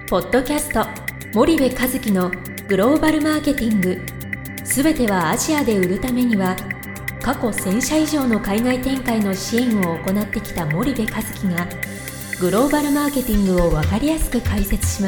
ポッドキャスト森部一樹のグローバルマーケティング、すべてはアジアで売るためには、過去1000社以上の海外展開の支援を行ってきた森部一樹がグローバルマーケティングを分かりやすく解説します。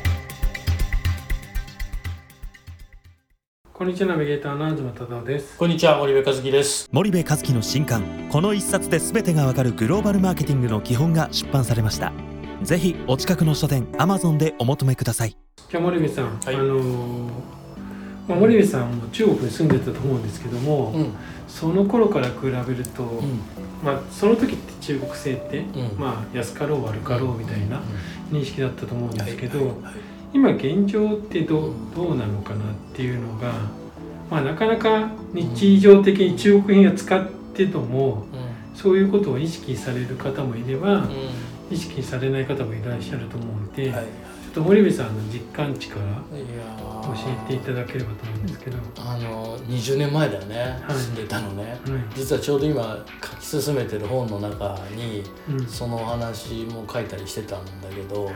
こんにちは、ナビゲーターの東忠夫です。 こんにちは、森部一樹です。 森部一樹の新刊、この一冊で全てがわかるグローバルマーケティングの基本が出版されました。ぜひお近くの書店 Amazon でお求めください。 じゃあ森部さん、 はい、 森部さんも中国に住んでたと思うんですけども、その頃から比べると、その時って中国製って、安かろう悪かろうみたいな認識だったと思うんですけど、今現状ってどうなのかなっていうのが、なかなか日常的に中国品を使ってとも、そういうことを意識される方もいれば、意識されない方もいらっしゃると思うので、ちょっと森部さんの実感値から教えていただければと思うんですけど。 20年前だよね、住んでたのね、実はちょうど今書き進めてる本の中に、そのお話も書いたりしてたんだけど、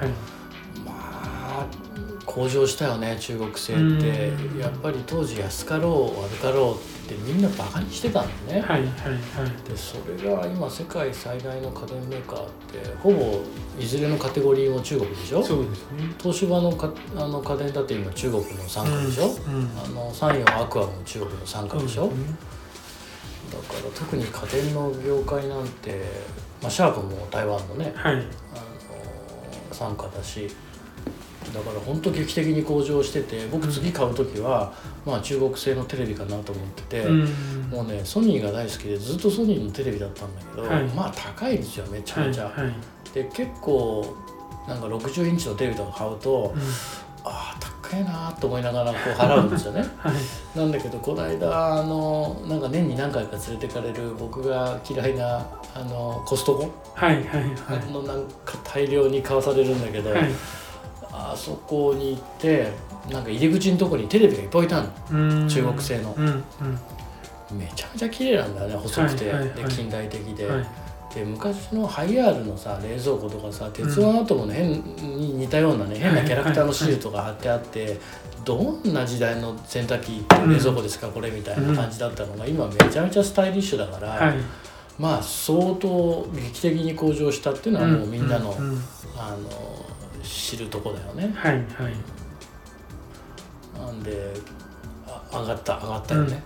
向上したよね、中国製って。やっぱり当時安かろう悪かろうってみんなバカにしてたんだね。でそれが今世界最大の家電メーカーってほぼいずれのカテゴリーも中国でしょ。 そうですね。 東芝の家電だって今中国の傘下でしょ、サンヨーアクアも中国の傘下でしょ、だから特に家電の業界なんて、シャープも台湾のね、傘下だし、だから本当劇的に向上してて、僕次買う時は、中国製のテレビかなと思ってて、もうねソニーが大好きでずっとソニーのテレビだったんだけど、高いんですよ、めちゃめちゃ。で結構なんか60インチのテレビとか買うと、高いなと思いながらこう払うんですよね。なんだけどこの間なんか年に何回か連れてかれる僕が嫌いなコストコなんか大量に買わされるんだけど、あそこに行ってなんか入り口のところにテレビがいっぱい置いてあるの、中国製の、めちゃめちゃ綺麗なんだよね、細くて、で近代的で、で昔のハイアールのさ冷蔵庫とかさ、鉄腕アトムの変に似たようなね、変なキャラクターのシールとか貼ってあって、どんな時代の洗濯機冷蔵庫ですかこれみたいな感じだったのが、今めちゃめちゃスタイリッシュだから、相当劇的に向上したっていうのはもうみんなの、知るとこだよね。なんで上がったよね。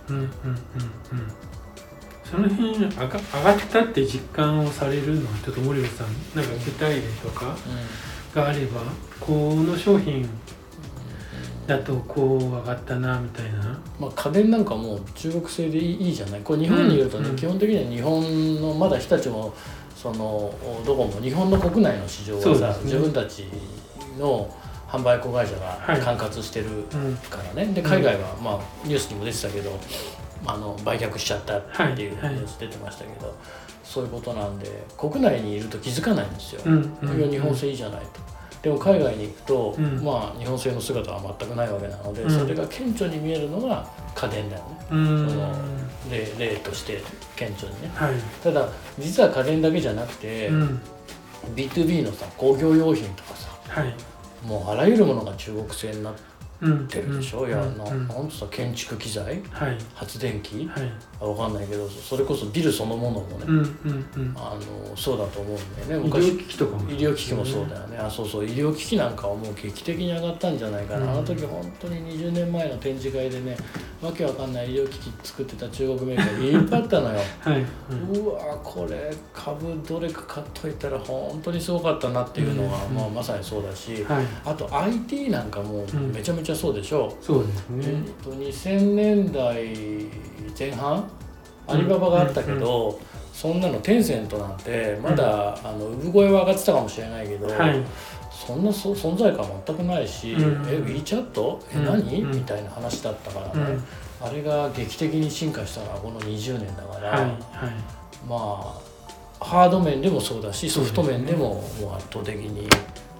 その辺上がったって実感をされるのは、ちょっと森部さんなんか具体例とかがあれば、この商品だとこう上がったなみたいな。 家電なんかもう中国製でいいじゃない。これ日本にいるとね、基本的には日本のまだ日立もどこも日本の国内の市場はさ、自分たちの販売子会社が管轄してるからね。で海外はニュースにも出てたけど、売却しちゃったっていうニュース出てましたけど、そういうことなんで国内にいると気づかないんですよ。日本製いいじゃないと。でも海外に行くと、日本製の姿は全くないわけなので、それが顕著に見えるのが家電だよね。例として顕著にね。ただ実は家電だけじゃなくて、B2B のさ工業用品とかさ、もうあらゆるものが中国製になってるでしょ。なんとさ建築機材、発電機、わかんないけど、それこそビルそのものもね、そうだと思うんだよね。昔医療機器とかも、 医療機器もそうだよね。そう医療機器なんかはもう劇的に上がったんじゃないかな。あの時本当に20年前の展示会でね、わけわかんない医療機器作ってた中国メーカーいっぱいあったのよ。うわこれ株どれか買っといたら本当にすごかったなっていうのが、まさにそうだし、あと IT なんかもめちゃめちゃそうでしょ。 そうですね。 2000年代前半アリババがあったけど、そんなのテンセントなんてまだ産声は上がってたかもしれないけど、そんな存在感全くないし、WeChat？ 何？みたいな話だったからね。あれが劇的に進化したのはこの20年だから、ハード面でもそうだしソフト面でももう圧倒的に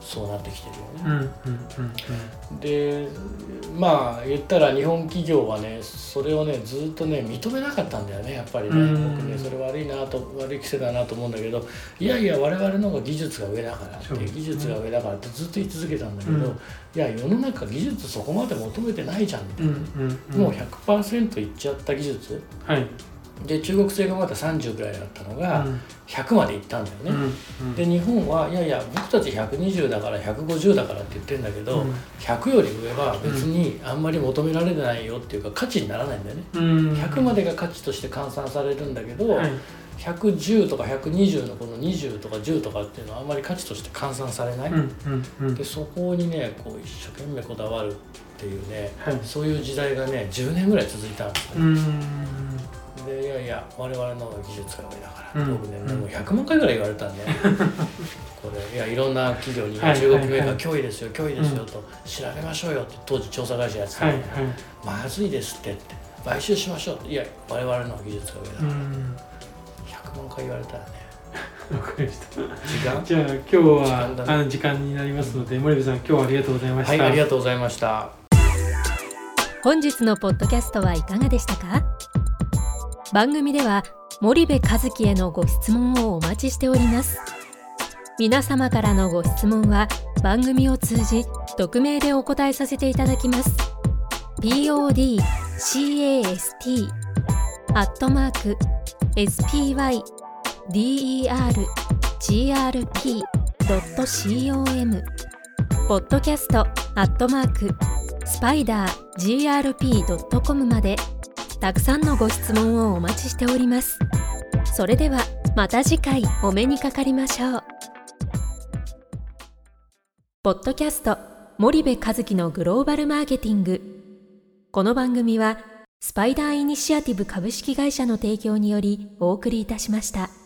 そうなってきてるよね。でまあ言ったら日本企業はねそれをねずっとね認めなかったんだよねやっぱりね。僕ねそれ悪い癖だなと思うんだけど、いやいや我々の方が技術が上だからって技術が上だからってずっと言い続けたんだけど、いや世の中技術そこまで求めてないじゃんみたいな、もう 100% いっちゃった技術、で中国製がまだ30ぐらいだったのが100までいったんだよね。で日本はいやいや僕たち120だから150だからって言ってるんだけど、100より上は別にあんまり求められないよっていうか価値にならないんだよね。100までが価値として換算されるんだけど、110とか120のこの20とか10とかっていうのはあんまり価値として換算されない。でそこにねこう一生懸命こだわるっていうね、そういう時代がね10年ぐらい続いたんですね。でいやいや我々の技術が上だから、僕ねもう100万回ぐらい言われたんでこれいやいろんな企業に中国メーカー脅威ですよ脅威ですよと調べましょうよって当時調査会社やってたんで、まずいですって買収しましょうって、いや我々の技術が上だから100万回言われたらねわかりました。 時間？ じゃあ今日は時間になりますので、森部さん今日はありがとうございました。 はい、ありがとうございました。 本日のポッドキャストはいかがでしたか？番組では森部一樹へのご質問をお待ちしております。皆様からのご質問は番組を通じ匿名でお答えさせていただきます。podcast@spydergrp.com podcast@spidergrp.com までたくさんのご質問をお待ちしております。それではまた次回お目にかかりましょう。ポッドキャスト森部一樹のグローバルマーケティング。この番組はスパイダーイニシアティブ株式会社の提供によりお送りいたしました。